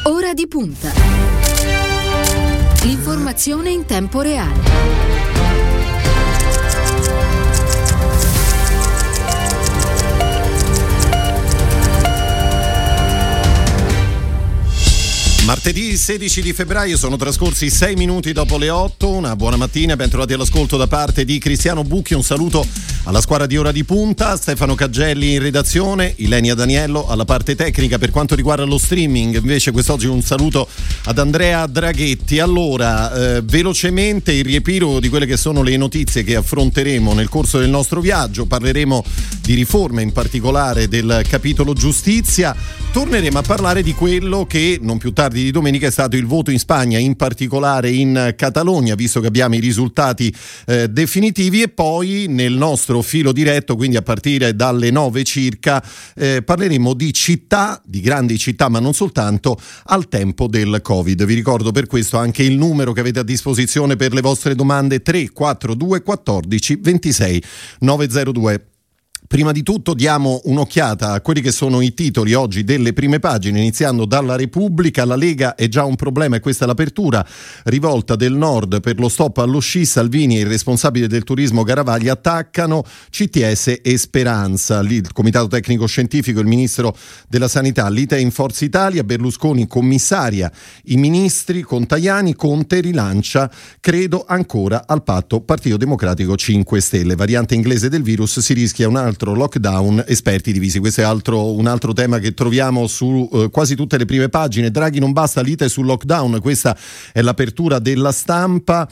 Ora di punta. L'informazione in tempo reale. Martedì 16 di febbraio, sono trascorsi 6 minuti dopo le 8, una buona mattina, bentrovati all'ascolto da parte di Cristiano Bucchi, un saluto alla squadra di Ora di Punta, Stefano Caggelli in redazione, Ilenia Daniello alla parte tecnica. Per quanto riguarda lo streaming invece quest'oggi un saluto ad Andrea Draghetti. Allora, velocemente il riepilogo di quelle che sono le notizie che affronteremo nel corso del nostro viaggio, parleremo di riforme, in particolare del capitolo giustizia, torneremo a parlare di quello che non più tardi di domenica è stato il voto in Spagna, in particolare in Catalogna, visto che abbiamo i risultati definitivi, e poi nel nostro filo diretto, quindi a partire dalle 9 circa, parleremo di città, di grandi città ma non soltanto, al tempo del Covid. Vi ricordo per questo anche il numero che avete a disposizione per le vostre domande: 342 14 26 902. Prima di tutto diamo un'occhiata a quelli che sono i titoli oggi delle prime pagine, iniziando dalla Repubblica. La Lega è già un problema e questa è l'apertura. Rivolta del Nord per lo stop allo sci, Salvini e il responsabile del turismo Garavaglia attaccano CTS e Speranza. Lì il Comitato Tecnico Scientifico, il Ministro della Sanità, l'ITE in Forza Italia, Berlusconi commissaria i ministri con Tajani, Conte rilancia credo ancora al patto Partito Democratico 5 Stelle. Variante inglese del virus, si rischia un altro lockdown, esperti divisi. Questo è un altro tema che troviamo su quasi tutte le prime pagine. Draghi non basta, l'ite sul lockdown, questa è l'apertura della Stampa.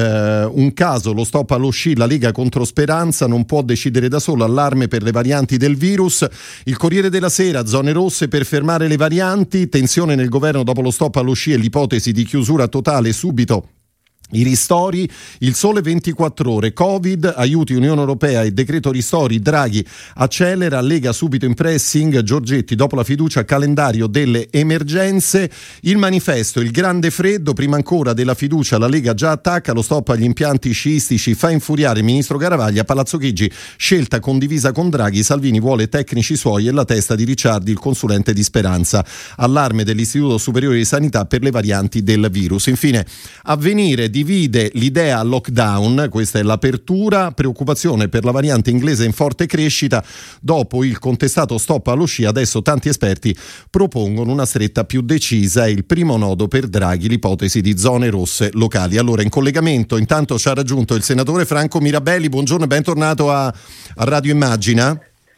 Un caso, lo stop allo sci, la Lega contro Speranza, non può decidere da solo, allarme per le varianti del virus. Il Corriere della Sera, zone rosse per fermare le varianti, tensione nel governo dopo lo stop allo sci e l'ipotesi di chiusura totale subito. I ristori, il Sole 24 Ore, Covid, aiuti Unione Europea e decreto ristori, Draghi accelera, Lega subito in pressing, Giorgetti dopo la fiducia, calendario delle emergenze. Il Manifesto, il grande freddo, prima ancora della fiducia la Lega già attacca, lo stop agli impianti sciistici fa infuriare il ministro Garavaglia, Palazzo Chigi, scelta condivisa con Draghi, Salvini vuole tecnici suoi e la testa di Ricciardi, il consulente di Speranza, allarme dell'Istituto Superiore di Sanità per le varianti del virus. Infine, Avvenire divide l'idea lockdown, questa è l'apertura, preoccupazione per la variante inglese in forte crescita, dopo il contestato stop allo sci adesso tanti esperti propongono una stretta più decisa, è il primo nodo per Draghi l'ipotesi di zone rosse locali. Allora in collegamento intanto ci ha raggiunto il senatore Franco Mirabelli, buongiorno e bentornato a Radio Immagina.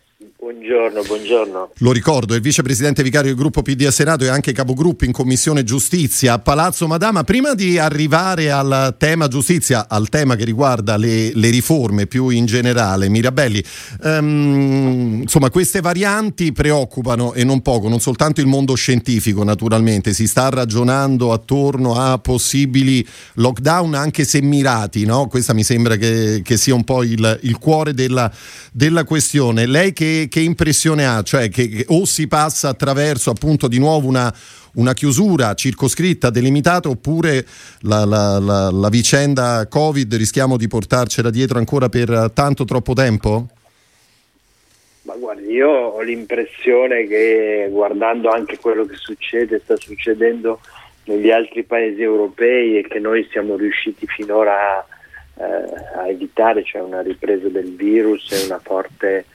Buongiorno. Lo ricordo, è il vicepresidente vicario del gruppo PD a Senato e anche capogruppo in Commissione Giustizia a Palazzo Madama. Prima di arrivare al tema giustizia, al tema che riguarda le riforme più in generale, Mirabelli, insomma queste varianti preoccupano e non poco, non soltanto il mondo scientifico naturalmente, si sta ragionando attorno a possibili lockdown anche se mirati, no? Questa mi sembra che sia un po' il cuore della questione. Lei che impressione ha? Cioè che o si passa attraverso appunto di nuovo una chiusura circoscritta, delimitata, oppure la vicenda Covid rischiamo di portarcela dietro ancora per tanto troppo tempo? Ma guardi, io ho l'impressione che, guardando anche quello che sta succedendo negli altri paesi europei e che noi siamo riusciti finora a evitare, cioè una ripresa del virus e una forte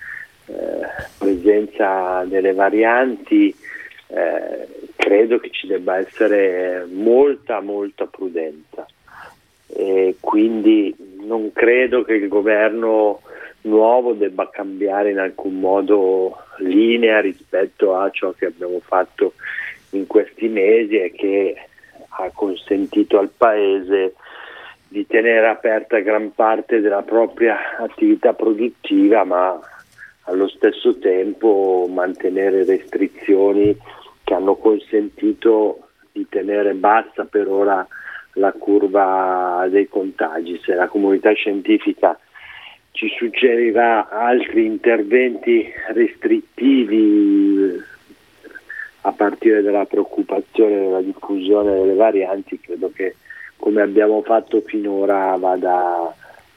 presenza delle varianti, credo che ci debba essere molta prudenza, e quindi non credo che il governo nuovo debba cambiare in alcun modo linea rispetto a ciò che abbiamo fatto in questi mesi e che ha consentito al Paese di tenere aperta gran parte della propria attività produttiva, ma allo stesso tempo mantenere restrizioni che hanno consentito di tenere bassa per ora la curva dei contagi. Se la comunità scientifica ci suggerirà altri interventi restrittivi a partire dalla preoccupazione della diffusione delle varianti, credo che, come abbiamo fatto finora, vada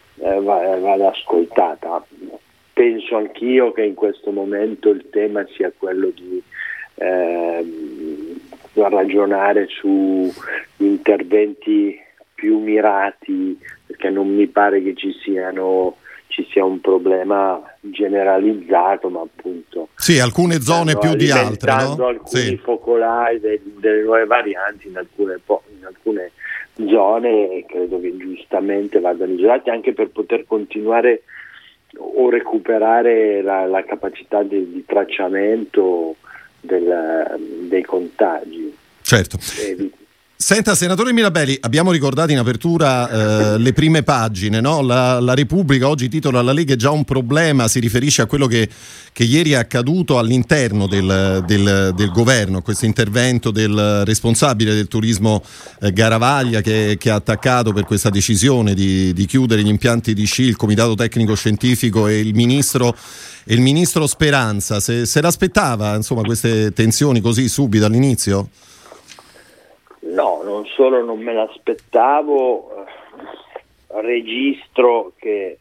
ascoltata. Penso anch'io che in questo momento il tema sia quello di ragionare su interventi più mirati, perché non mi pare che ci sia un problema generalizzato, ma appunto alcune zone più di altre, no? Alcuni focolai delle nuove varianti in alcune zone, e credo che giustamente vadano isolati anche per poter continuare o recuperare la capacità di tracciamento dei contagi. Certo. Senta, senatore Mirabelli, abbiamo ricordato in apertura le prime pagine, no? La Repubblica oggi titola: "La Lega è già un problema", si riferisce a quello che ieri è accaduto all'interno del governo, questo intervento del responsabile del turismo Garavaglia che ha attaccato per questa decisione di chiudere gli impianti di sci il Comitato Tecnico Scientifico e il ministro Speranza. Se l'aspettava, insomma, queste tensioni così subito all'inizio? No, non solo non me l'aspettavo, registro che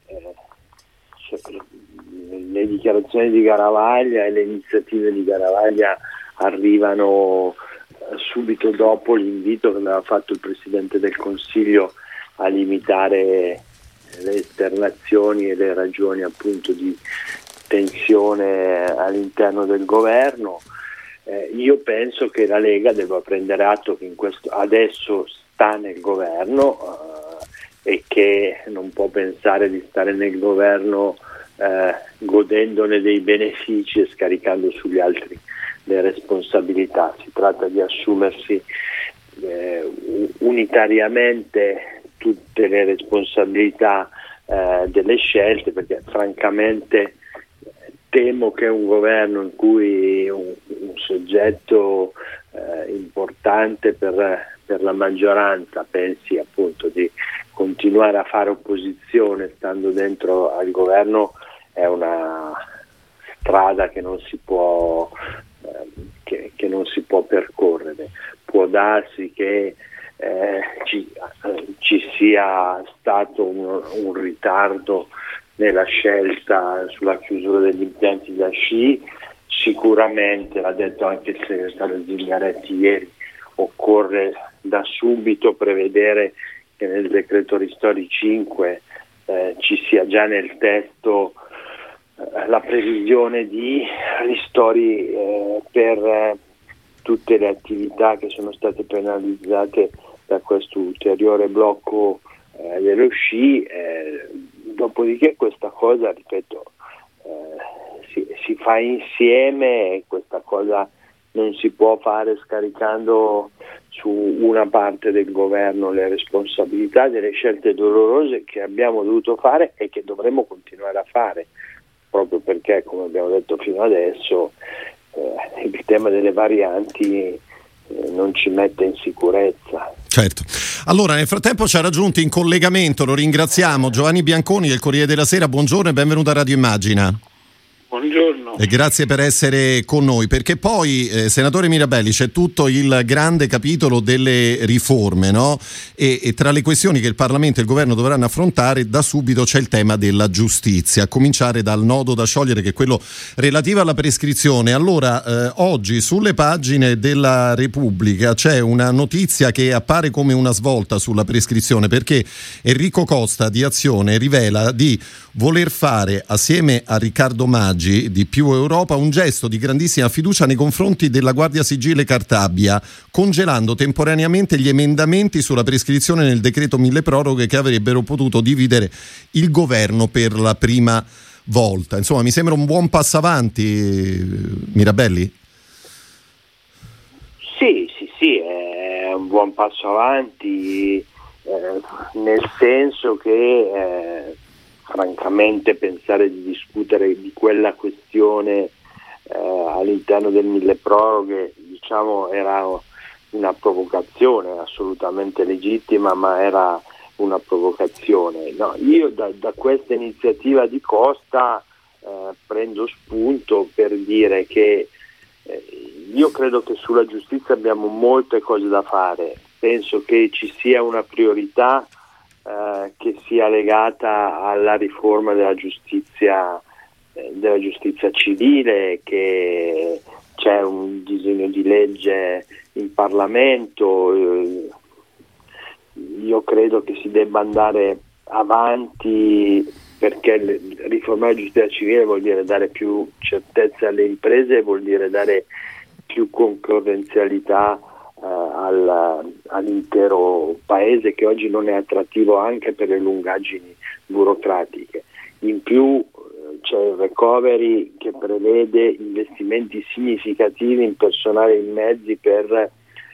le dichiarazioni di Garavaglia e le iniziative di Garavaglia arrivano subito dopo l'invito che aveva fatto il Presidente del Consiglio a limitare le esternazioni e le ragioni appunto di tensione all'interno del governo. Io penso che la Lega debba prendere atto che adesso sta nel governo e che non può pensare di stare nel governo godendone dei benefici e scaricando sugli altri le responsabilità. Si tratta di assumersi unitariamente tutte le responsabilità delle scelte, perché francamente temo che un governo in cui un soggetto importante per la maggioranza pensi appunto di continuare a fare opposizione stando dentro al governo è una strada che non si può percorrere. Può darsi che ci sia stato un ritardo nella scelta sulla chiusura degli impianti da sci, sicuramente, l'ha detto anche il segretario Zingaretti ieri, occorre da subito prevedere che nel decreto ristori 5 ci sia già nel testo la previsione di ristori per tutte le attività che sono state penalizzate da questo ulteriore blocco dello sci. Dopodiché questa cosa, ripeto, si fa insieme, e questa cosa non si può fare scaricando su una parte del governo le responsabilità delle scelte dolorose che abbiamo dovuto fare e che dovremo continuare a fare, proprio perché, come abbiamo detto fino adesso, il tema delle varianti non ci mette in sicurezza. Certo. Allora, nel frattempo ci ha raggiunto in collegamento, lo ringraziamo, Giovanni Bianconi del Corriere della Sera. Buongiorno e benvenuto a Radio Immagina. Buongiorno. E grazie per essere con noi, perché poi, senatore Mirabelli, c'è tutto il grande capitolo delle riforme, no? E tra le questioni che il Parlamento e il Governo dovranno affrontare da subito c'è il tema della giustizia, a cominciare dal nodo da sciogliere, che è quello relativo alla prescrizione. Allora, oggi sulle pagine della Repubblica c'è una notizia che appare come una svolta sulla prescrizione, perché Enrico Costa di Azione rivela di voler fare, assieme a Riccardo Maggi di Più Europa, un gesto di grandissima fiducia nei confronti della Guardia Sigille Cartabia, congelando temporaneamente gli emendamenti sulla prescrizione nel decreto milleproroghe che avrebbero potuto dividere il governo per la prima volta. Insomma, mi sembra un buon passo avanti, Mirabelli? Sì, è un buon passo avanti, nel senso che francamente pensare di discutere di quella questione all'interno del milleproroghe, diciamo, era una provocazione assolutamente legittima, ma era una provocazione. No, io da questa iniziativa di Costa prendo spunto per dire che io credo che sulla giustizia abbiamo molte cose da fare. Penso che ci sia una priorità che sia legata alla riforma della giustizia civile, che c'è un disegno di legge in Parlamento, io credo che si debba andare avanti, perché riformare la giustizia civile vuol dire dare più certezze alle imprese, vuol dire dare più concorrenzialità all'intero paese, che oggi non è attrattivo anche per le lungaggini burocratiche. In più c'è il recovery che prevede investimenti significativi in personale e in mezzi per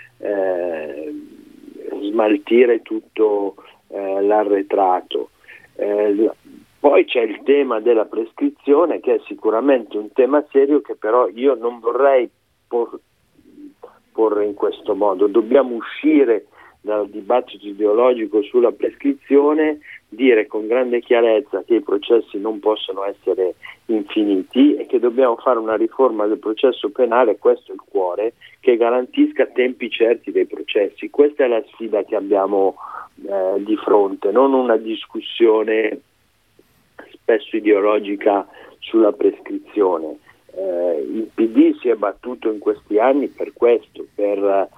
smaltire tutto l'arretrato. Poi c'è il tema della prescrizione, che è sicuramente un tema serio, che però io non vorrei porre in questo modo. Dobbiamo uscire dal dibattito ideologico sulla prescrizione, dire con grande chiarezza che i processi non possono essere infiniti e che dobbiamo fare una riforma del processo penale, questo è il cuore, che garantisca tempi certi dei processi. Questa è la sfida che abbiamo di fronte, non una discussione spesso ideologica sulla prescrizione. Il PD si è battuto in questi anni per questo, per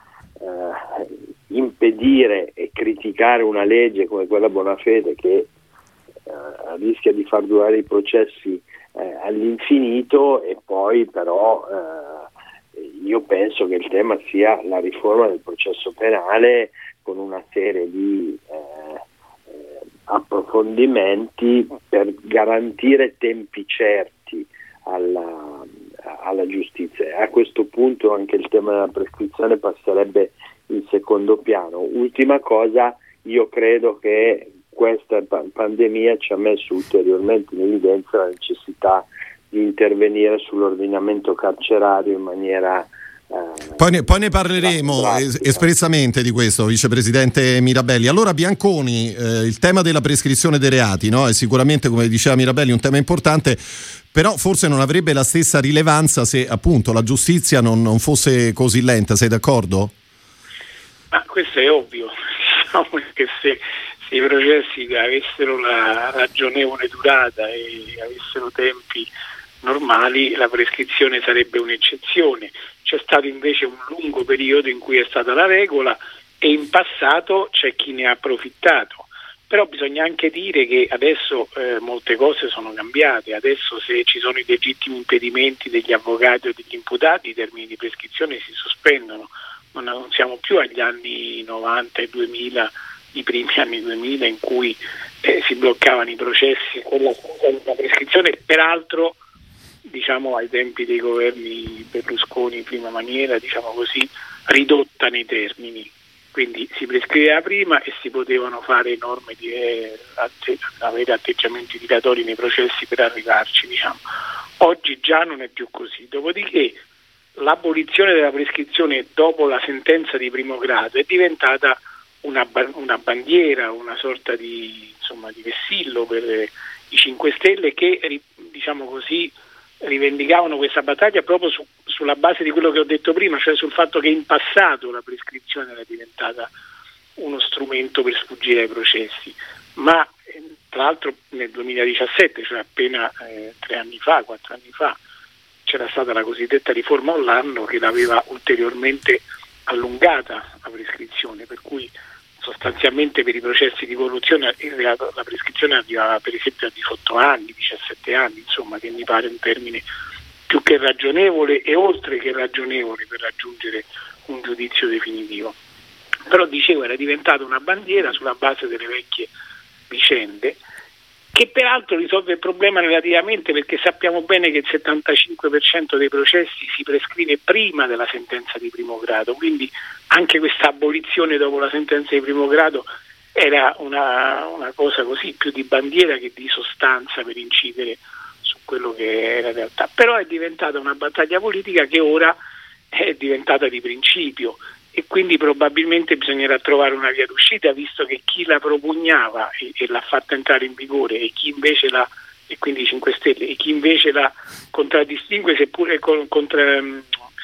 impedire e criticare una legge come quella Bonafede, che rischia di far durare i processi all'infinito, e poi però io penso che il tema sia la riforma del processo penale, con una serie di approfondimenti per garantire tempi certi alla giustizia. A questo punto anche il tema della prescrizione passerebbe in secondo piano. Ultima cosa, io credo che questa pandemia ci ha messo ulteriormente in evidenza la necessità di intervenire sull'ordinamento carcerario in maniera Poi ne parleremo espressamente di questo, vicepresidente Mirabelli. Allora, Bianconi, il tema della prescrizione dei reati, no? È sicuramente, come diceva Mirabelli, un tema importante, però forse non avrebbe la stessa rilevanza se appunto la giustizia non fosse così lenta. Sei d'accordo? Ma questo è ovvio, diciamo che se i processi avessero la ragionevole durata e avessero tempi normali, la prescrizione sarebbe un'eccezione. C'è stato invece un lungo periodo in cui è stata la regola, e in passato c'è chi ne ha approfittato. Però bisogna anche dire che adesso molte cose sono cambiate. Adesso, se ci sono i legittimi impedimenti degli avvocati o degli imputati, i termini di prescrizione si sospendono. Non siamo più agli anni 90 e 2000, i primi anni 2000, in cui si bloccavano i processi con la prescrizione, peraltro diciamo ai tempi dei governi Berlusconi, prima maniera, diciamo così, ridotta nei termini. Quindi si prescriveva prima e si potevano fare norme di avere atteggiamenti dilatori nei processi per arrivarci, diciamo. Oggi già non è più così. Dopodiché l'abolizione della prescrizione dopo la sentenza di primo grado è diventata una bandiera, una sorta di vessillo per i 5 Stelle, che, diciamo così, rivendicavano questa battaglia proprio sulla base di quello che ho detto prima, cioè sul fatto che in passato la prescrizione era diventata uno strumento per sfuggire ai processi. Ma tra l'altro nel 2017, cioè appena 4 anni fa, c'era stata la cosiddetta riforma Orlando, che l'aveva ulteriormente allungata la prescrizione, per cui sostanzialmente per i processi di corruzione la prescrizione arrivava per esempio a 18 anni, 17 anni, insomma, che mi pare un termine più che ragionevole e oltre che ragionevole per raggiungere un giudizio definitivo. Però, dicevo, era diventata una bandiera sulla base delle vecchie vicende, che peraltro risolve il problema relativamente, perché sappiamo bene che il 75% dei processi si prescrive prima della sentenza di primo grado, quindi anche questa abolizione dopo la sentenza di primo grado era una cosa così più di bandiera che di sostanza per incidere su quello che era in realtà. Però è diventata una battaglia politica che ora è diventata di principio, e quindi probabilmente bisognerà trovare una via d'uscita, visto che chi la propugnava e l'ha fatta entrare in vigore, e chi invece e quindi i 5 Stelle, e chi invece la contraddistingue, seppure come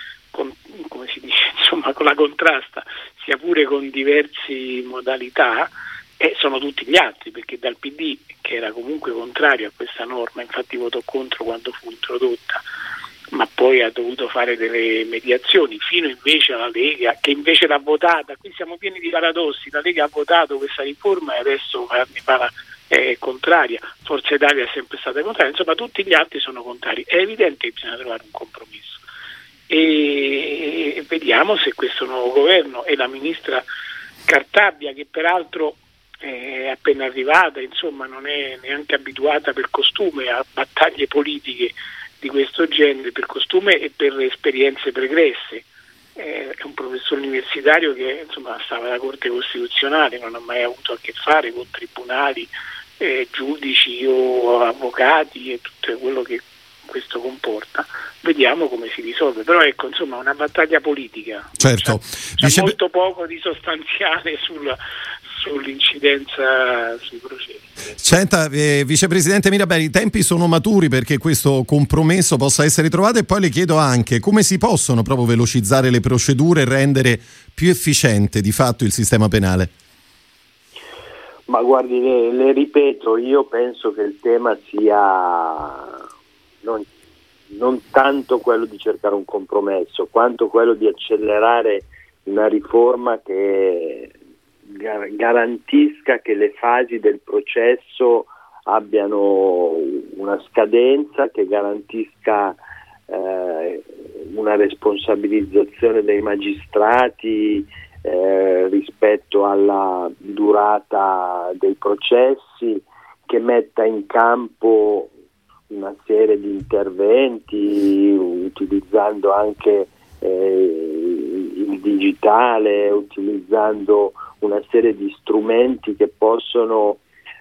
si dice, insomma, con la contrasta, sia pure con diverse modalità, sono tutti gli altri, perché dal PD, che era comunque contrario a questa norma, infatti votò contro quando fu introdotta, ma poi ha dovuto fare delle mediazioni, fino invece alla Lega, che invece l'ha votata. Qui siamo pieni di paradossi: la Lega ha votato questa riforma e adesso è contraria, Forza Italia è sempre stata contraria, insomma tutti gli altri sono contrari. È evidente che bisogna trovare un compromesso e vediamo se questo nuovo governo e la ministra Cartabia, che peraltro è appena arrivata, insomma non è neanche abituata per costume a battaglie politiche di questo genere, per costume e per esperienze pregresse. È un professore universitario che insomma stava alla Corte Costituzionale, non ha mai avuto a che fare con tribunali, giudici o avvocati e tutto quello che questo comporta. Vediamo come si risolve, però ecco, insomma, una battaglia politica. Certo. C'è molto poco di sostanziale sull'incidenza sui processi. Senta, vicepresidente Mirabelli, i tempi sono maturi perché questo compromesso possa essere trovato, e poi le chiedo anche come si possono proprio velocizzare le procedure e rendere più efficiente di fatto il sistema penale. Ma guardi, le ripeto, io penso che il tema sia non tanto quello di cercare un compromesso, quanto quello di accelerare una riforma che garantisca che le fasi del processo abbiano una scadenza, che garantisca una responsabilizzazione dei magistrati rispetto alla durata dei processi, che metta in campo una serie di interventi utilizzando anche il digitale, utilizzando una serie di strumenti che possono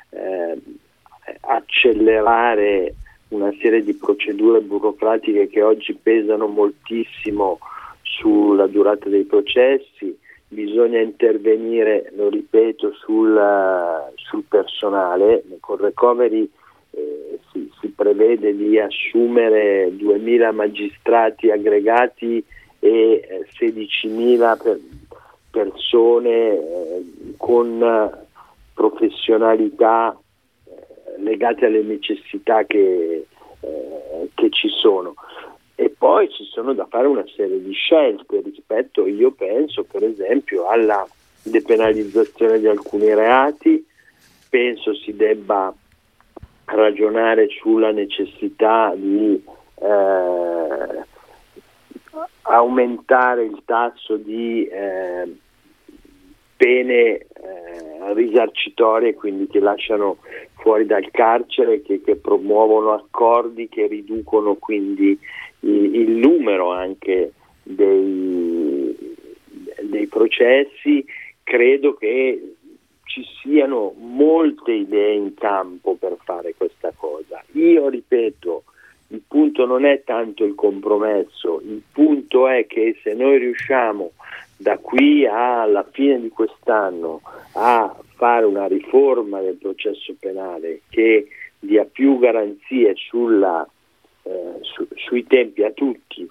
accelerare una serie di procedure burocratiche che oggi pesano moltissimo sulla durata dei processi. Bisogna intervenire, lo ripeto, sul personale. Con Recovery si prevede di assumere 2.000 magistrati aggregati e 16.000 persone con professionalità legate alle necessità che ci sono. E poi ci sono da fare una serie di scelte rispetto, io penso per esempio, alla depenalizzazione di alcuni reati. Penso si debba ragionare sulla necessità di aumentare il tasso di pene risarcitorie, quindi che lasciano fuori dal carcere, che promuovono accordi che riducono quindi il numero anche dei processi. Credo che ci siano molte idee in campo per fare questa cosa. Io ripeto, il punto non è tanto il compromesso, il punto è che se noi riusciamo da qui alla fine di quest'anno a fare una riforma del processo penale che dia più garanzie sui tempi a tutti,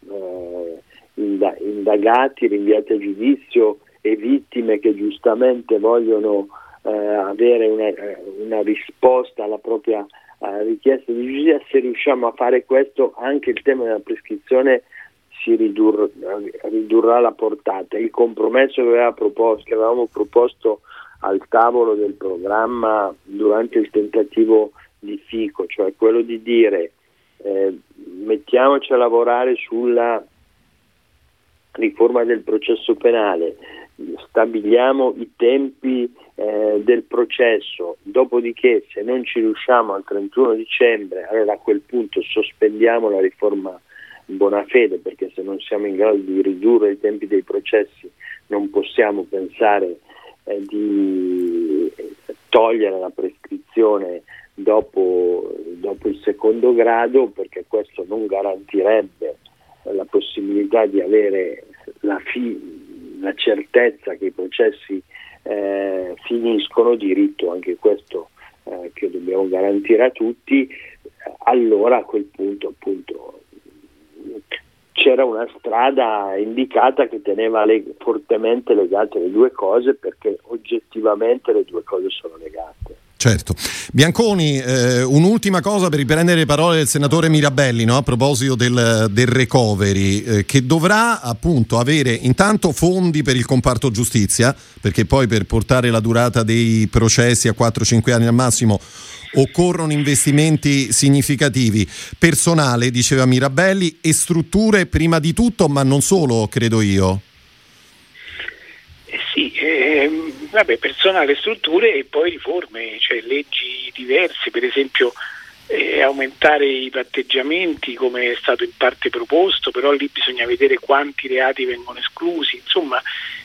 indagati, rinviati a giudizio e vittime che giustamente vogliono avere una risposta alla propria richiesta di giustizia, se riusciamo a fare questo anche il tema della prescrizione si ridurrà la portata. Il compromesso che avevamo proposto al tavolo del programma durante il tentativo di Fico, cioè quello di dire mettiamoci a lavorare sulla riforma del processo penale, stabiliamo i tempi del processo, dopodiché se non ci riusciamo al 31 dicembre, allora a quel punto sospendiamo la riforma Bonafede, perché se non siamo in grado di ridurre i tempi dei processi non possiamo pensare di togliere la prescrizione dopo il secondo grado, perché questo non garantirebbe la possibilità di avere la certezza che i processi finiscono, diritto anche questo che dobbiamo garantire a tutti. Allora a quel punto appunto c'era una strada indicata che teneva fortemente legate le due cose, perché oggettivamente le due cose sono legate. Certo. Bianconi, un'ultima cosa per riprendere le parole del senatore Mirabelli, no? A proposito del recovery, che dovrà appunto avere intanto fondi per il comparto giustizia, perché poi per portare la durata dei processi a 4-5 anni al massimo occorrono investimenti significativi, personale, diceva Mirabelli, e strutture prima di tutto, ma non solo, credo io. Personale, strutture e poi riforme, cioè leggi diverse, per esempio aumentare i patteggiamenti come è stato in parte proposto, però lì bisogna vedere quanti reati vengono esclusi, insomma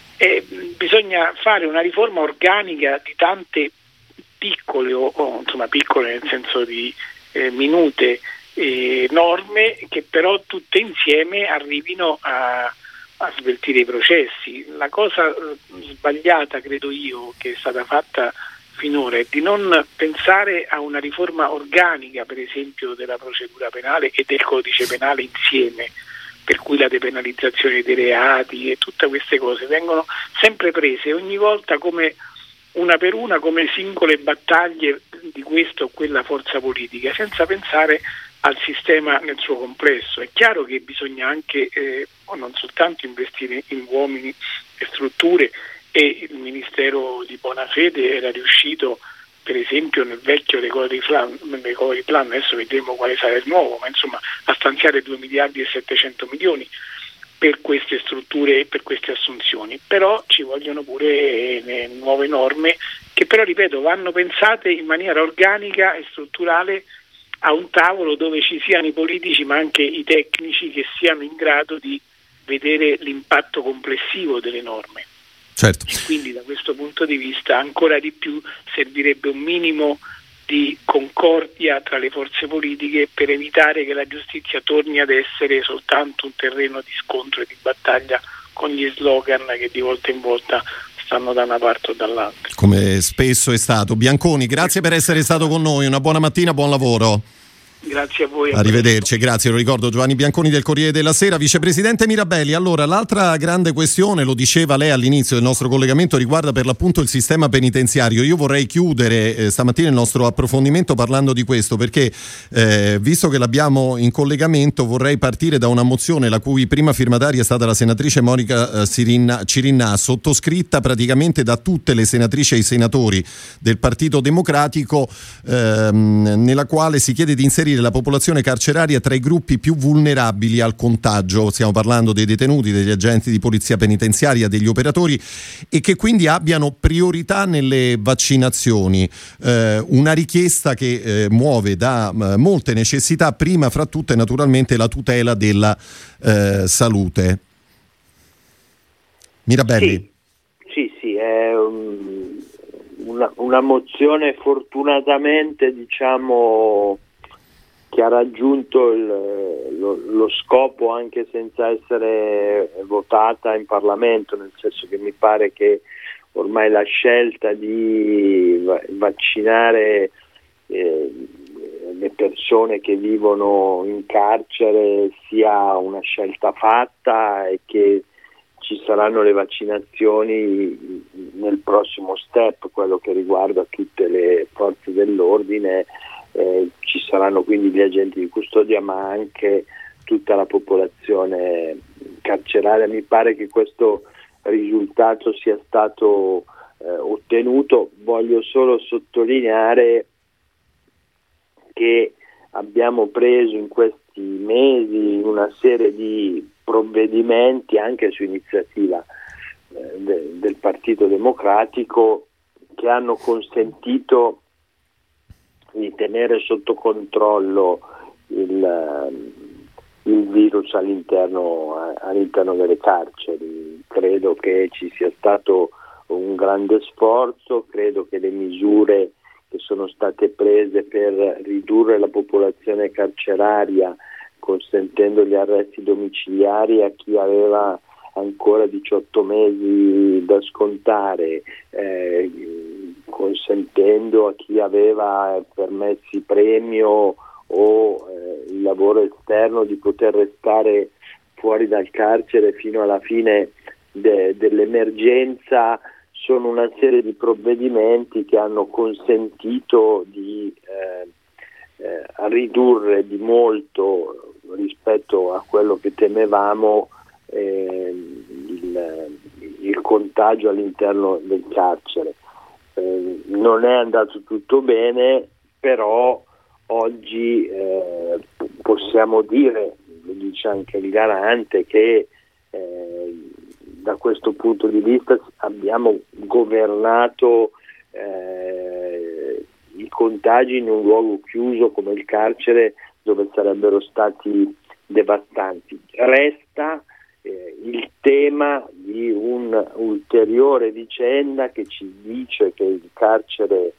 bisogna fare una riforma organica di tante piccole piccole nel senso di minute norme che però tutte insieme arrivino a sveltire i processi. La cosa sbagliata, credo io, che è stata fatta finora è di non pensare a una riforma organica, per esempio della procedura penale e del codice penale insieme, per cui la depenalizzazione dei reati e tutte queste cose vengono sempre prese ogni volta come una per una, come singole battaglie di questa o quella forza politica, senza pensare al sistema nel suo complesso. È chiaro che bisogna anche non soltanto investire in uomini e strutture, e il Ministero di Bonafede era riuscito, per esempio nel vecchio recovery plan, adesso vedremo quale sarà il nuovo, ma insomma a stanziare 2 miliardi e 700 milioni per queste strutture e per queste assunzioni. Però ci vogliono pure nuove norme che però, ripeto, vanno pensate in maniera organica e strutturale, a un tavolo dove ci siano i politici ma anche i tecnici che siano in grado di vedere l'impatto complessivo delle norme. Certo. E quindi da questo punto di vista ancora di più servirebbe un minimo di concordia tra le forze politiche per evitare che la giustizia torni ad essere soltanto un terreno di scontro e di battaglia con gli slogan che di volta in volta stanno da una parte o dall'altra. Come spesso è stato. Bianconi, grazie per essere stato con noi, una buona mattina, buon lavoro. Grazie a voi. Arrivederci, grazie. Lo ricordo, Giovanni Bianconi del Corriere della Sera. Vicepresidente Mirabelli, allora l'altra grande questione, lo diceva lei all'inizio del nostro collegamento, riguarda per l'appunto il sistema penitenziario. Io vorrei chiudere stamattina il nostro approfondimento parlando di questo, perché visto che l'abbiamo in collegamento, vorrei partire da una mozione la cui prima firmataria è stata la senatrice Monica Cirinnà, sottoscritta praticamente da tutte le senatrici e i senatori del Partito Democratico, nella quale si chiede di inserire la popolazione carceraria tra i gruppi più vulnerabili al contagio. Stiamo parlando dei detenuti, degli agenti di polizia penitenziaria, degli operatori, e che quindi abbiano priorità nelle vaccinazioni. Una richiesta che muove da molte necessità, prima fra tutte naturalmente la tutela della salute. Mirabelli. Sì, è una mozione fortunatamente, diciamo, che ha raggiunto lo scopo anche senza essere votata in Parlamento, nel senso che mi pare che ormai la scelta di vaccinare le persone che vivono in carcere sia una scelta fatta e che ci saranno le vaccinazioni nel prossimo step, quello che riguarda tutte le forze dell'ordine. Ci saranno quindi gli agenti di custodia, ma anche tutta la popolazione carceraria. Mi pare che questo risultato sia stato ottenuto. Voglio solo sottolineare che abbiamo preso in questi mesi una serie di provvedimenti anche su iniziativa del Partito Democratico, che hanno consentito di tenere sotto controllo il virus all'interno delle carceri. Credo che ci sia stato un grande sforzo, credo che le misure che sono state prese per ridurre la popolazione carceraria, consentendo gli arresti domiciliari a chi aveva ancora 18 mesi da scontare, consentendo a chi aveva permessi premio o il lavoro esterno di poter restare fuori dal carcere fino alla fine dell'emergenza, sono una serie di provvedimenti che hanno consentito di ridurre di molto rispetto a quello che temevamo il contagio all'interno del carcere. Non è andato tutto bene, però oggi possiamo dire, lo dice anche il garante, che da questo punto di vista abbiamo governato i contagi in un luogo chiuso come il carcere, dove sarebbero stati devastanti. Resta il tema di un'ulteriore vicenda che ci dice che il carcere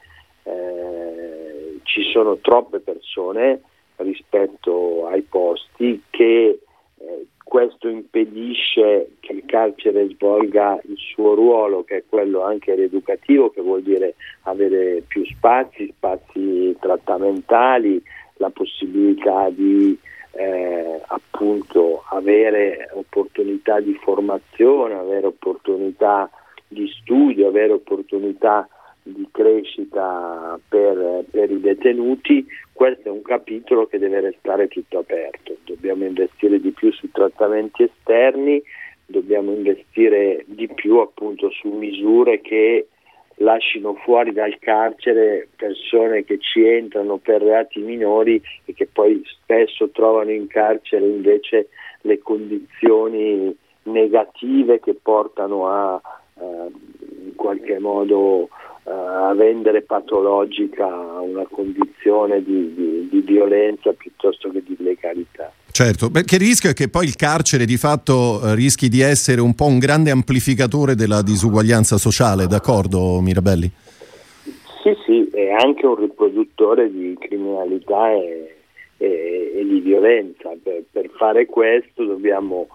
ci sono troppe persone rispetto ai posti, che questo impedisce che il carcere svolga il suo ruolo, che è quello anche rieducativo, che vuol dire avere più spazi trattamentali, la possibilità di appunto avere opportunità di formazione, avere opportunità di studio, avere opportunità di crescita per i detenuti. Questo è un capitolo che deve restare tutto aperto. Dobbiamo investire di più sui trattamenti esterni, dobbiamo investire di più appunto su misure che lasciano fuori dal carcere persone che ci entrano per reati minori e che poi spesso trovano in carcere invece le condizioni negative che portano a in qualche modo a rendere patologica una condizione di violenza piuttosto che di illegalità. Certo, perché il rischio è che poi il carcere di fatto rischi di essere un po' un grande amplificatore della disuguaglianza sociale, d'accordo Mirabelli? Sì, è anche un riproduttore di criminalità e di violenza. Per fare questo dobbiamo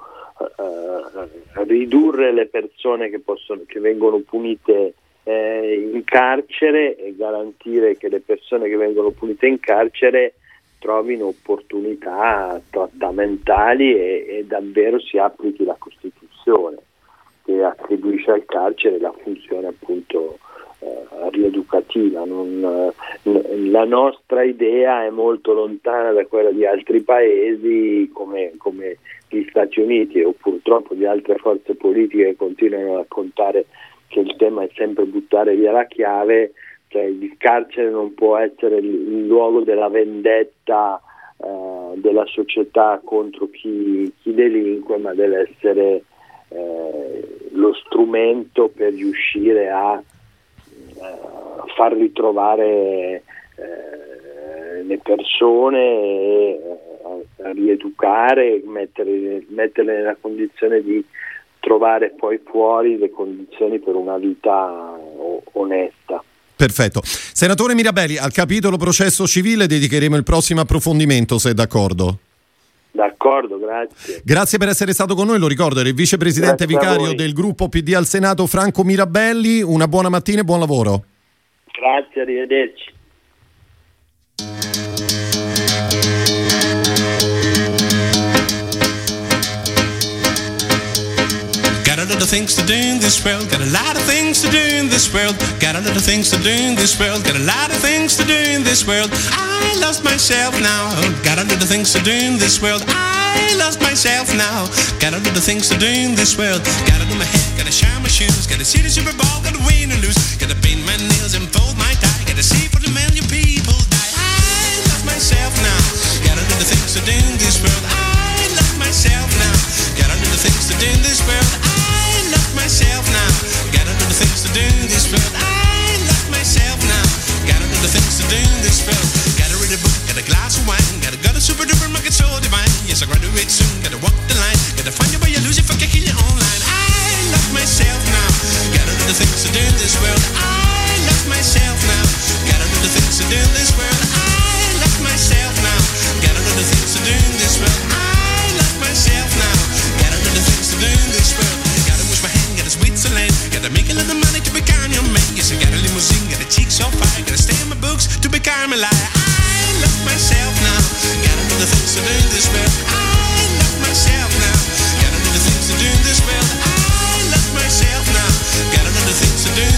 ridurre le persone che vengono punite in carcere e garantire che le persone che vengono punite in carcere trovino opportunità trattamentali e davvero si applichi la Costituzione, che attribuisce al carcere la funzione appunto rieducativa. La nostra idea è molto lontana da quella di altri paesi come gli Stati Uniti, o purtroppo di altre forze politiche che continuano a raccontare che il tema è sempre buttare via la chiave. Cioè, il carcere non può essere il luogo della vendetta della società contro chi delinque, ma deve essere lo strumento per riuscire a far ritrovare le persone e a rieducare, metterle nella condizione di trovare poi fuori le condizioni per una vita onesta. Perfetto. Senatore Mirabelli, al capitolo processo civile dedicheremo il prossimo approfondimento, se è d'accordo. D'accordo, grazie. Grazie per essere stato con noi, lo ricordo, era il vicepresidente vicario del gruppo PD al Senato, Franco Mirabelli. Una buona mattina e buon lavoro. Grazie, arrivederci. Got a lot of things to do in this world, got a lot of things to do in this world, got a lot of things to do in this world, got a lot of things to do in this world. I lost myself now, got a lot of things to do in this world. I lost myself now, got a lot of things to do in this world. Gotta do my hair, gotta shine my shoes, gotta see the Super Bowl, gotta win and lose, gotta paint my nails and fold my tie, gotta see for the million people die. I lost myself now, got a lot of things to do in this world. I lost myself now, got a lot of things to do in this world. I lost myself now, got a lot of things to do in this world. I lost myself now, got a lot of things to do in this world. Gotta read a book, got a glass of wine, gotta go to super duper market so divine. Yes, I graduate soon, gotta walk the line, gotta find your way, you lose it, fuck, I kill you online. I lost myself now, got a lot of things to do in this world. I lost myself now, got a lot of things to do in this world. I lost myself now, got a lot of things to do in this world. I lost myself now, got a lot of things to do in this world. Gotta wash my hand, gotta Switzerland, gotta make a lot of money to become your man. Yes, I got a limousine, got a cheek so fine, gotta stay in my books to become a liar. I lost myself now, got a lot of things to do in this world. I lost myself now, got a lot of things to do in this world. I lost myself now, got a lot of things to do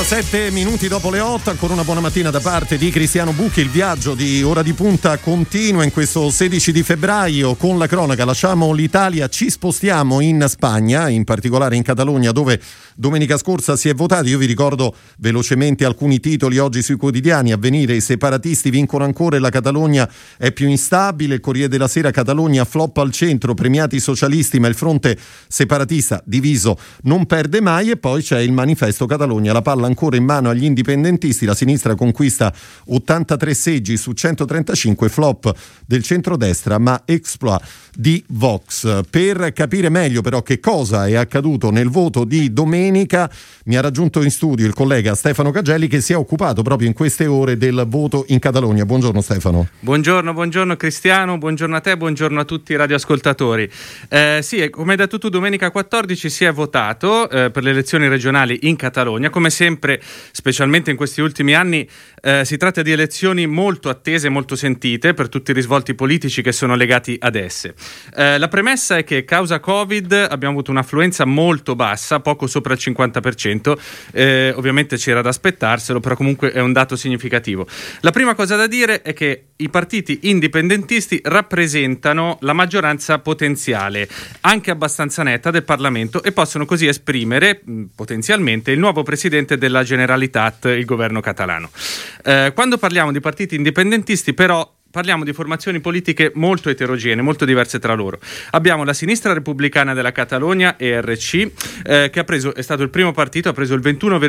37 minuti dopo le 8, ancora una buona mattina da parte di Cristiano Bucchi. Il viaggio di Ora di Punta continua in questo 16 di febbraio con la cronaca. Lasciamo l'Italia, ci spostiamo in Spagna, in particolare in Catalogna, dove domenica scorsa si è votato. Io vi ricordo velocemente alcuni titoli oggi sui quotidiani. Avvenire: i separatisti vincono ancora e la Catalogna è più instabile. Il Corriere della Sera: Catalogna flop al centro, premiati i socialisti ma il fronte separatista diviso non perde mai. E poi c'è il Manifesto Catalogna, la palla ancora in mano agli indipendentisti, la sinistra conquista 83 seggi su 135, flop del centrodestra ma exploit di Vox. Per capire meglio però che cosa è accaduto nel voto di domenica mi ha raggiunto in studio il collega Stefano Cagelli, che si è occupato proprio in queste ore del voto in Catalogna. Buongiorno Stefano. Buongiorno Cristiano, buongiorno a te, buongiorno a tutti i radioascoltatori. Sì, come hai detto tu, domenica 14 si è votato per le elezioni regionali in Catalogna. Come sempre, specialmente in questi ultimi anni, si tratta di elezioni molto attese, molto sentite per tutti i risvolti politici che sono legati ad esse. La premessa è che causa Covid abbiamo avuto un'affluenza molto bassa, poco sopra il 50%. Ovviamente c'era da aspettarselo, però comunque è un dato significativo. La prima cosa da dire è che i partiti indipendentisti rappresentano la maggioranza potenziale, anche abbastanza netta, del Parlamento, e possono così esprimere potenzialmente il nuovo presidente della Generalitat, il governo catalano. Quando parliamo di partiti indipendentisti, però, parliamo di formazioni politiche molto eterogenee, molto diverse tra loro. Abbiamo la Sinistra Repubblicana della Catalogna, ERC, che è stato il primo partito, ha preso il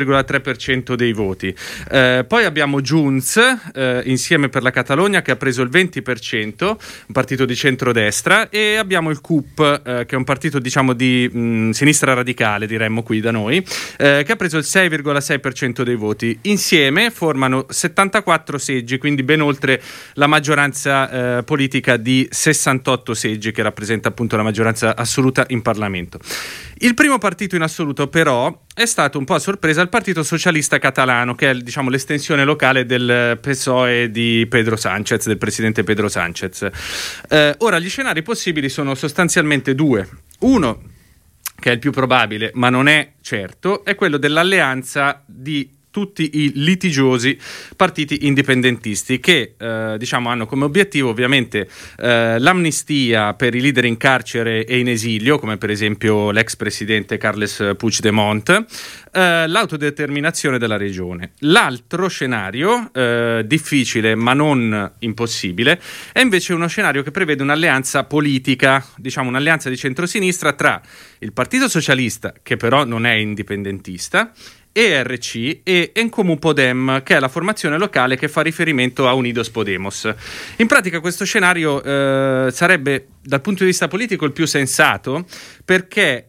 21,3% dei voti. Poi abbiamo Junts, Insieme per la Catalogna, che ha preso il 20%, un partito di centrodestra, e abbiamo il CUP, che è un partito diciamo di sinistra radicale, diremmo qui da noi, che ha preso il 6,6% dei voti. Insieme formano 74 seggi, quindi ben oltre la maggioranza politica di 68 seggi, che rappresenta appunto la maggioranza assoluta in Parlamento. Il primo partito in assoluto però è stato un po' a sorpresa il Partito Socialista Catalano, che è diciamo l'estensione locale del PSOE di Pedro Sánchez, del presidente Pedro Sánchez. Ora gli scenari possibili sono sostanzialmente due. Uno, che è il più probabile ma non è certo, è quello dell'alleanza di tutti i litigiosi partiti indipendentisti che hanno come obiettivo ovviamente l'amnistia per i leader in carcere e in esilio, come per esempio l'ex presidente Carles Puigdemont, l'autodeterminazione della regione. L'altro scenario, difficile ma non impossibile, è invece uno scenario che prevede un'alleanza politica, un'alleanza di centrosinistra tra il Partito Socialista, che però non è indipendentista, ERC, e En Comú Podem, che è la formazione locale che fa riferimento a Unidos Podemos. In pratica questo scenario sarebbe dal punto di vista politico il più sensato, perché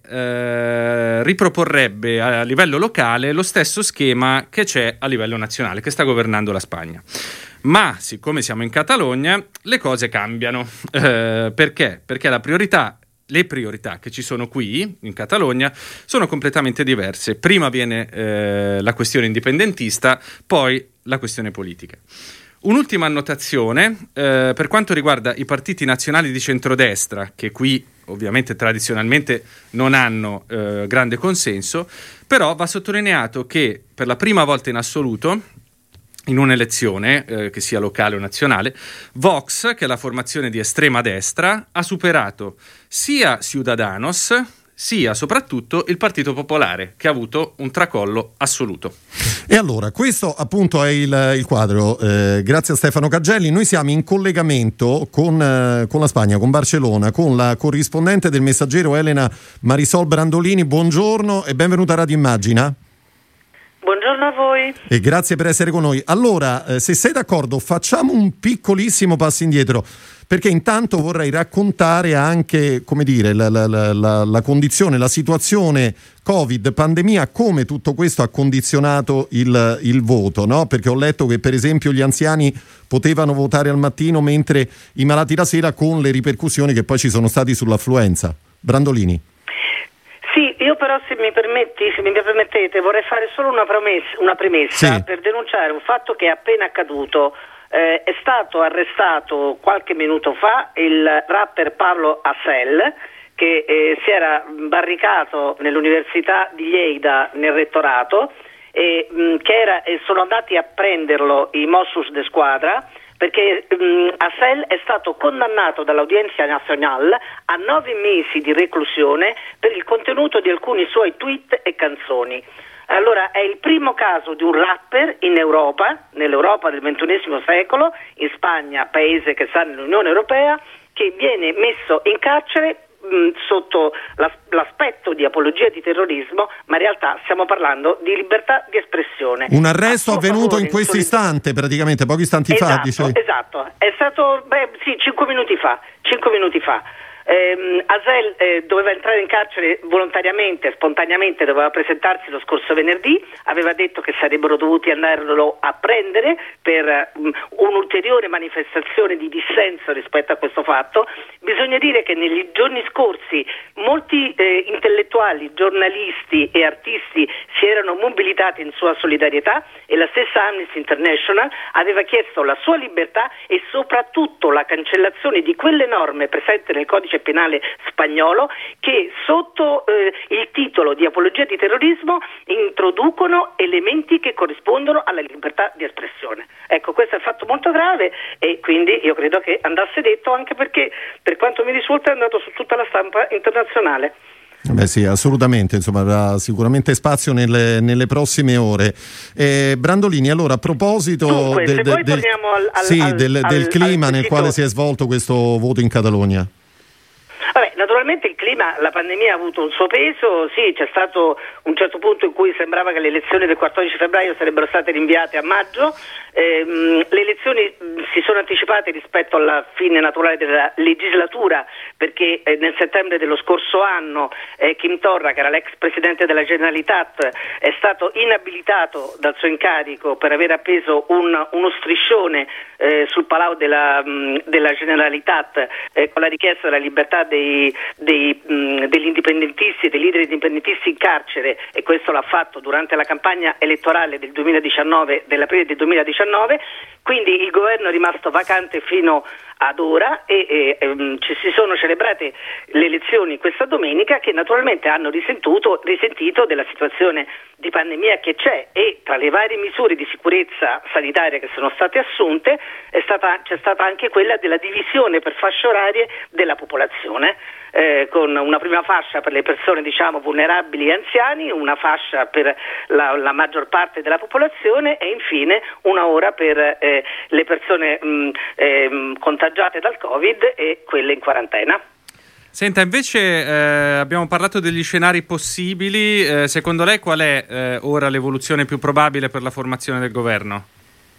riproporrebbe a livello locale lo stesso schema che c'è a livello nazionale, che sta governando la Spagna. Ma siccome siamo in Catalogna le cose cambiano. Perché? Perché le priorità che ci sono qui in Catalogna sono completamente diverse. Prima viene la questione indipendentista, poi la questione politica. Un'ultima annotazione per quanto riguarda i partiti nazionali di centrodestra, che qui ovviamente tradizionalmente non hanno grande consenso, però va sottolineato che per la prima volta in assoluto in un'elezione, che sia locale o nazionale, Vox, che è la formazione di estrema destra, ha superato sia Ciudadanos, sia soprattutto il Partito Popolare, che ha avuto un tracollo assoluto. E allora, questo appunto è il quadro. Grazie a Stefano Cagelli. Noi siamo in collegamento con la Spagna, con Barcellona, con la corrispondente del Messaggero Elena Marisol Brandolini. Buongiorno e benvenuta a Radio Immagina. Buongiorno a voi. E grazie per essere con noi. Allora, se sei d'accordo, facciamo un piccolissimo passo indietro, perché intanto vorrei raccontare anche, come dire, la condizione, la situazione Covid, pandemia, come tutto questo ha condizionato il voto, no? Perché ho letto che per esempio gli anziani potevano votare al mattino mentre i malati la sera, con le ripercussioni che poi ci sono stati sull'affluenza. Brandolini. Sì, io però se mi permettete vorrei fare solo una premessa sì, per denunciare un fatto che è appena accaduto. È stato arrestato qualche minuto fa il rapper Pablo Hasél, che si era barricato nell'Università di Lleida nel rettorato sono andati a prenderlo i Mossos de Squadra, perché Assel è stato condannato dall'Audiencia Nacional a 9 mesi di reclusione per il contenuto di alcuni suoi tweet e canzoni. Allora, è il primo caso di un rapper in Europa, nell'Europa del XXI secolo, in Spagna, paese che sta nell'Unione Europea, che viene messo in carcere sotto l'aspetto di apologia di terrorismo, ma in realtà stiamo parlando di libertà di espressione. Un arresto avvenuto in questo istante, praticamente pochi istanti fa, dicevi. Esatto, è stato 5 minuti fa. Assel doveva entrare in carcere volontariamente, spontaneamente, doveva presentarsi lo scorso venerdì, aveva detto che sarebbero dovuti andarlo a prendere per un'ulteriore manifestazione di dissenso rispetto a questo fatto. Bisogna dire che negli giorni scorsi molti intellettuali, giornalisti e artisti si erano mobilitati in sua solidarietà e la stessa Amnesty International aveva chiesto la sua libertà e soprattutto la cancellazione di quelle norme presenti nel codice penale spagnolo che sotto il titolo di apologia di terrorismo introducono elementi che corrispondono alla libertà di espressione. Ecco, questo è un fatto molto grave e quindi io credo che andasse detto, anche perché per quanto mi risulta è andato su tutta la stampa internazionale. Beh sì, assolutamente, insomma avrà sicuramente spazio nelle prossime ore. Brandolini, allora a proposito del clima nel quale si è svolto questo voto in Catalogna. Vabbè, naturalmente il clima, la pandemia ha avuto un suo peso, sì, c'è stato un certo punto in cui sembrava che le elezioni del 14 febbraio sarebbero state rinviate a maggio, le elezioni si sono anticipate rispetto alla fine naturale della legislatura, perché nel settembre dello scorso anno Quim Torra, che era l'ex presidente della Generalitat, è stato inabilitato dal suo incarico per aver appeso uno striscione sul Palau della Generalitat con la richiesta della libertà degli indipendentisti, dei leader indipendentisti in carcere, e questo l'ha fatto durante la campagna elettorale del 2019, dell'aprile del 2019. Quindi il governo è rimasto vacante fino ad ora e ci si sono celebrate le elezioni questa domenica, che naturalmente hanno risentito della situazione di pandemia che c'è, e tra le varie misure di sicurezza sanitaria che sono state assunte c'è stata anche quella della divisione per fasce orarie della popolazione, con una prima fascia per le persone vulnerabili e anziani, una fascia per la maggior parte della popolazione e infine una ora per le persone contagiate dal Covid e quelle in quarantena. Senta, invece abbiamo parlato degli scenari possibili, secondo lei qual è ora l'evoluzione più probabile per la formazione del governo?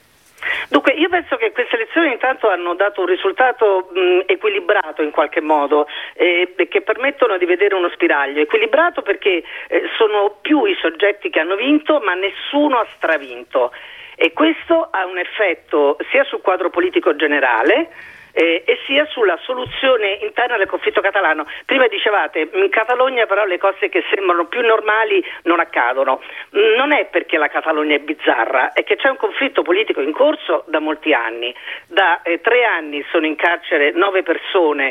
Dunque, io penso che queste elezioni intanto hanno dato un risultato equilibrato in qualche modo, che permettono di vedere uno spiraglio. Equilibrato perché sono più i soggetti che hanno vinto, ma nessuno ha stravinto. E questo ha un effetto sia sul quadro politico generale e sia sulla soluzione interna del conflitto catalano. Prima dicevate, in Catalogna però le cose che sembrano più normali non accadono. Non è perché la Catalogna è bizzarra, è che c'è un conflitto politico in corso da molti anni. Da 3 anni sono in carcere 9 persone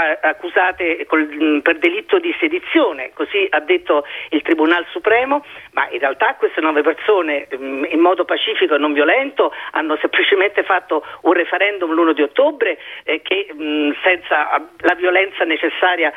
accusate per delitto di sedizione, così ha detto il Tribunale Supremo, ma in realtà queste 9 persone in modo pacifico e non violento hanno semplicemente fatto un referendum l'1 di ottobre che senza la violenza necessaria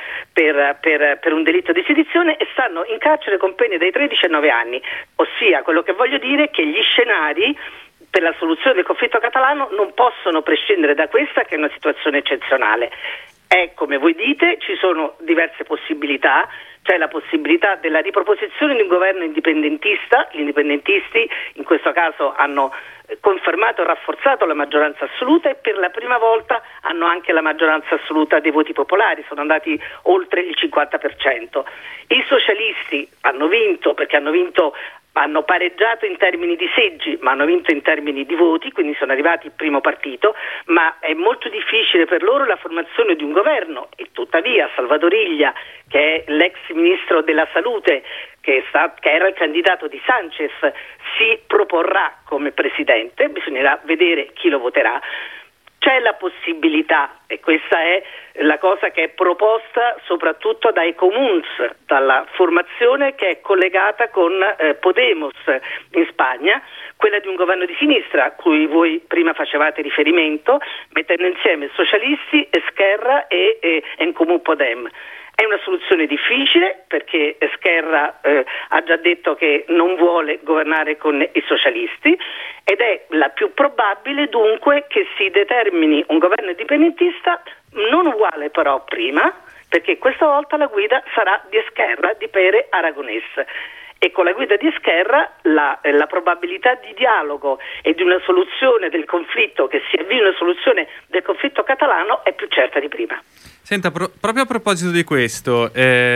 per un delitto di sedizione, e stanno in carcere con pene dai 13 ai 9 anni. Ossia, quello che voglio dire è che gli scenari per la soluzione del conflitto catalano non possono prescindere da questa, che è una situazione eccezionale. Come voi dite, ci sono diverse possibilità. C'è la possibilità della riproposizione di un governo indipendentista. Gli indipendentisti in questo caso hanno confermato e rafforzato la maggioranza assoluta e per la prima volta hanno anche la maggioranza assoluta dei voti popolari, sono andati oltre il 50%. I socialisti hanno vinto perché hanno pareggiato in termini di seggi, ma hanno vinto in termini di voti, quindi sono arrivati il primo partito, ma è molto difficile per loro la formazione di un governo, e tuttavia Salvador Illa, che è l'ex ministro della salute, che era il candidato di Sánchez, si proporrà come presidente, bisognerà vedere chi lo voterà. c'è la possibilità, e questa è la cosa che è proposta soprattutto dai Comuns, dalla formazione che è collegata con Podemos in Spagna, quella di un governo di sinistra a cui voi prima facevate riferimento, mettendo insieme socialisti, Esquerra e En Comú Podem. È una soluzione difficile perché Esquerra ha già detto che non vuole governare con i socialisti, ed è la più probabile dunque che si determini un governo indipendentista non uguale però prima, perché questa volta la guida sarà di Esquerra, di Pere Aragonés. E con la guida di Esquerra la probabilità di dialogo e di una soluzione del conflitto, che si avvii una soluzione del conflitto catalano, è più certa di prima. Senta, proprio a proposito di questo,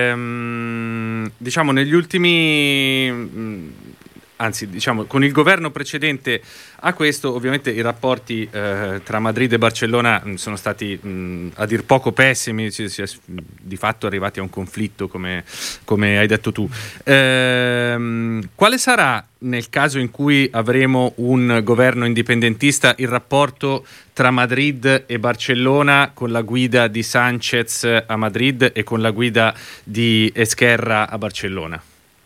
diciamo negli ultimi... Anzi, diciamo, con il governo precedente a questo, ovviamente i rapporti tra Madrid e Barcellona sono stati a dir poco pessimi, si è di fatto arrivati a un conflitto, come hai detto tu. Quale sarà, nel caso in cui avremo un governo indipendentista, il rapporto tra Madrid e Barcellona, con la guida di Sánchez a Madrid e con la guida di Esquerra a Barcellona?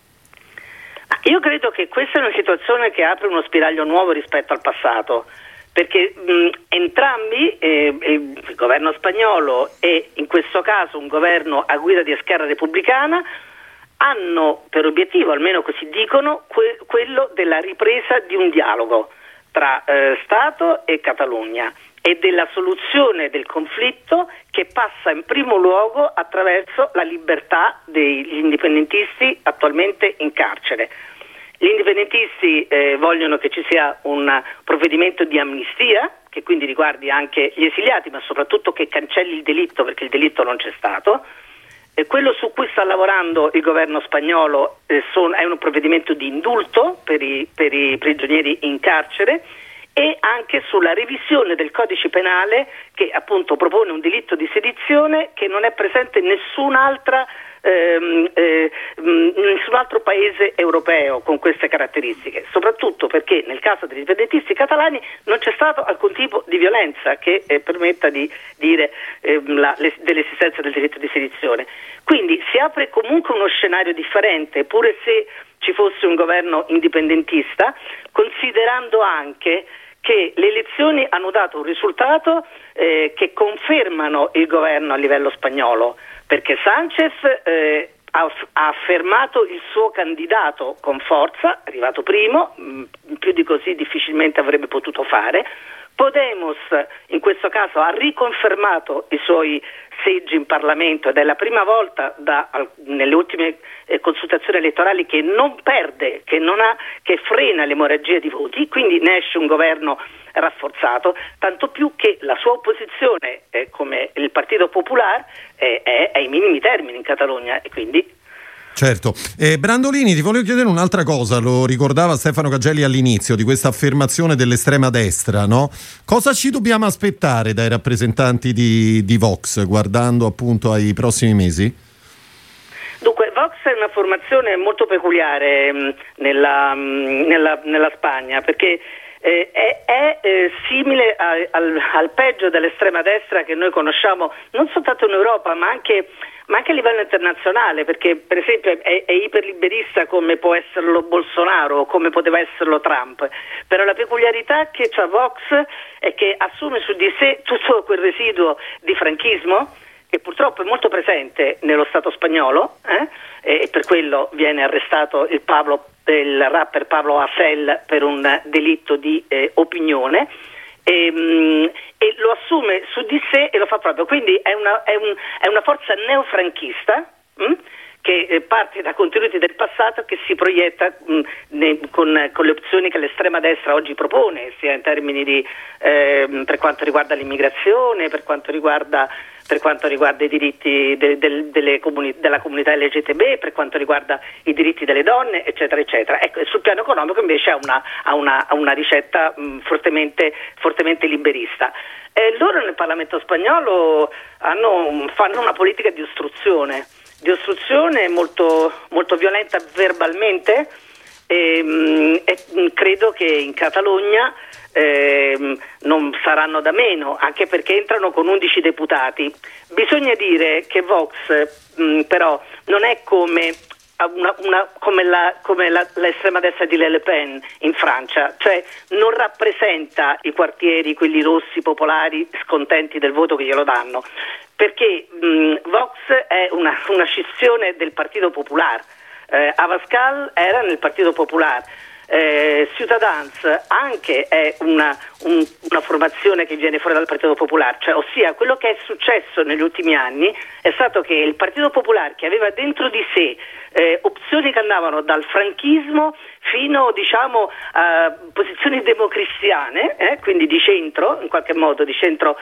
Io credo che questa è una situazione che apre uno spiraglio nuovo rispetto al passato, perché entrambi, il governo spagnolo e in questo caso un governo a guida di Esquerra Republicana, hanno per obiettivo, almeno così dicono, quello della ripresa di un dialogo tra Stato e Catalogna e della soluzione del conflitto, che passa in primo luogo attraverso la libertà degli indipendentisti attualmente in carcere. Gli indipendentisti vogliono che ci sia un provvedimento di amnistia, che quindi riguardi anche gli esiliati, ma soprattutto che cancelli il delitto, perché il delitto non c'è stato. Quello su cui sta lavorando il governo spagnolo è un provvedimento di indulto per i prigionieri in carcere, e anche sulla revisione del codice penale, che appunto propone un delitto di sedizione che non è presente in nessun altro paese europeo con queste caratteristiche, soprattutto perché nel caso degli indipendentisti catalani non c'è stato alcun tipo di violenza che permetta di dire dell'esistenza del diritto di sedizione. Quindi si apre comunque uno scenario differente, pure se ci fosse un governo indipendentista, considerando anche che le elezioni hanno dato un risultato che confermano il governo a livello spagnolo, perché Sánchez ha affermato il suo candidato con forza, arrivato primo, più di così difficilmente avrebbe potuto fare. Podemos in questo caso ha riconfermato i suoi seggi in Parlamento, ed è la prima volta nelle ultime consultazioni elettorali che non perde, che frena l'emorragia di voti, quindi ne esce un governo rafforzato, tanto più che la sua opposizione, come il Partito Popular, è ai minimi termini in Catalogna, e quindi... Certo. Brandolini, ti volevo chiedere un'altra cosa, lo ricordava Stefano Cagelli all'inizio di questa affermazione dell'estrema destra, no? Cosa ci dobbiamo aspettare dai rappresentanti di Vox, guardando appunto ai prossimi mesi? Dunque, Vox è una formazione molto peculiare nella Spagna, perché è simile al peggio dell'estrema destra che noi conosciamo non soltanto in Europa ma anche a livello internazionale, perché per esempio è iperliberista come può esserlo Bolsonaro o come poteva esserlo Trump, però la peculiarità che c'ha Vox è che assume su di sé tutto quel residuo di franchismo che purtroppo è molto presente nello Stato spagnolo, e per quello viene arrestato il rapper Pablo Hasél per un delitto di opinione, e lo assume su di sé e lo fa proprio, quindi è una forza neofranchista che parte da contenuti del passato, che si proietta con le opzioni che l'estrema destra oggi propone, sia in termini di per quanto riguarda l'immigrazione, per quanto riguarda i diritti della comunità LGTB, per quanto riguarda i diritti delle donne, eccetera, eccetera. Ecco, sul piano economico invece ha una ricetta fortemente liberista. Loro nel Parlamento spagnolo fanno una politica di ostruzione molto, molto violenta verbalmente, e credo che in Catalogna non saranno da meno, anche perché entrano con 11 deputati. Bisogna dire che Vox però non è come l'estrema destra di Le Pen in Francia, cioè non rappresenta i quartieri, quelli rossi popolari scontenti del voto che glielo danno, perché Vox è una scissione del Partito Popolare. Abascal era nel Partito Popolare. Ciutadans anche è una formazione che viene fuori dal Partito Popolare, cioè, ossia quello che è successo negli ultimi anni è stato che il Partito Popolare, che aveva dentro di sé opzioni che andavano dal franchismo fino a posizioni democristiane, quindi di centro, in qualche modo di centro,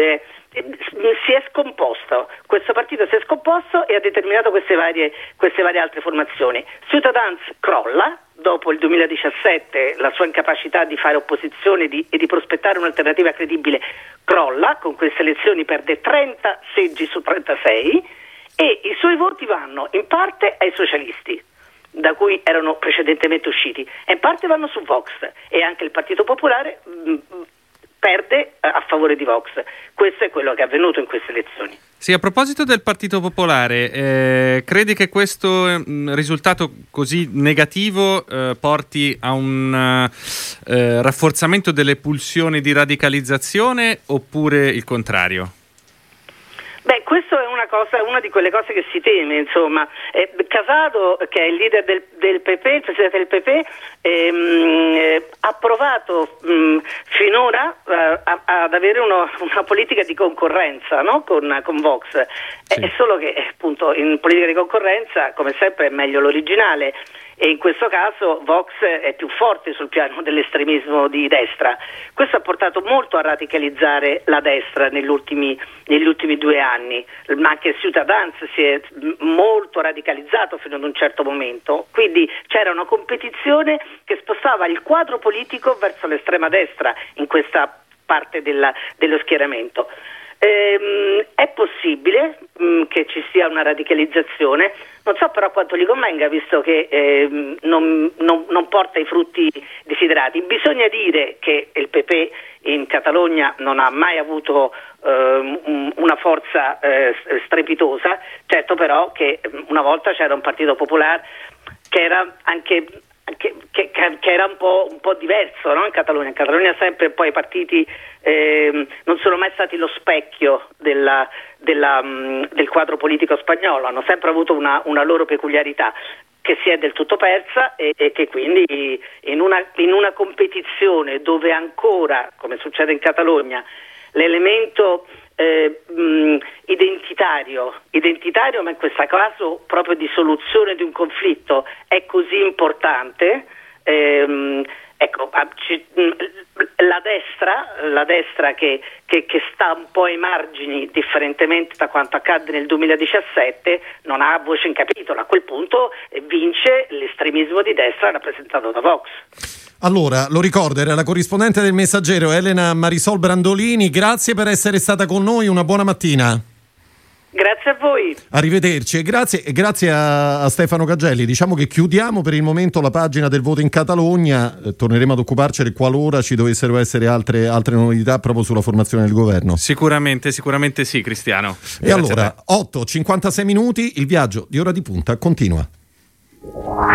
si è scomposto. Questo partito si è scomposto e ha determinato queste varie altre formazioni. Ciutadans crolla dopo il 2017, la sua incapacità di fare opposizione e di prospettare un'alternativa credibile crolla, con queste elezioni perde 30 seggi su 36 e i suoi voti vanno in parte ai socialisti, da cui erano precedentemente usciti, e in parte vanno su Vox, e anche il Partito Popolare perde a favore di Vox. Questo è quello che è avvenuto in queste elezioni. Sì, a proposito del Partito Popolare, credi che questo risultato così negativo porti a un rafforzamento delle pulsioni di radicalizzazione oppure il contrario? Beh, questo è una di quelle cose che si teme, insomma. Casado, che è il leader del PP, il presidente del PP, ha provato finora ad avere una politica di concorrenza, no? con Vox. Sì. È solo che appunto in politica di concorrenza, come sempre, è meglio l'originale. E in questo caso Vox è più forte sul piano dell'estremismo di destra. Questo ha portato molto a radicalizzare la destra negli ultimi 2 anni, ma anche Ciutadans si è molto radicalizzato fino ad un certo momento, quindi c'era una competizione che spostava il quadro politico verso l'estrema destra in questa parte dello schieramento. È possibile che ci sia una radicalizzazione, non so però quanto gli convenga, visto che non porta i frutti desiderati. Bisogna dire che il PP in Catalogna non ha mai avuto una forza strepitosa, certo però che una volta c'era un Partito Popolare che era anche che era un po' diverso, no? In Catalogna sempre poi i partiti non sono mai stati lo specchio del quadro politico spagnolo, hanno sempre avuto una loro peculiarità che si è del tutto persa e che quindi in una competizione dove ancora, come succede in Catalogna, l'elemento identitario, ma in questo caso proprio di soluzione di un conflitto, è così importante. Ecco, la destra che sta un po' ai margini, differentemente da quanto accadde nel 2017, non ha voce in capitolo. A quel punto vince l'estremismo di destra rappresentato da Vox. Allora, lo ricordo, era la corrispondente del Messaggero Elena Marisol Brandolini. Grazie per essere stata con noi, una buona mattina. Grazie a voi. Arrivederci e grazie a Stefano Cagelli. Diciamo che chiudiamo per il momento la pagina del voto in Catalogna, torneremo ad occuparcene qualora ci dovessero essere altre novità proprio sulla formazione del governo. Sicuramente sì, Cristiano. E allora, 8:56 minuti, il viaggio di Ora di Punta continua.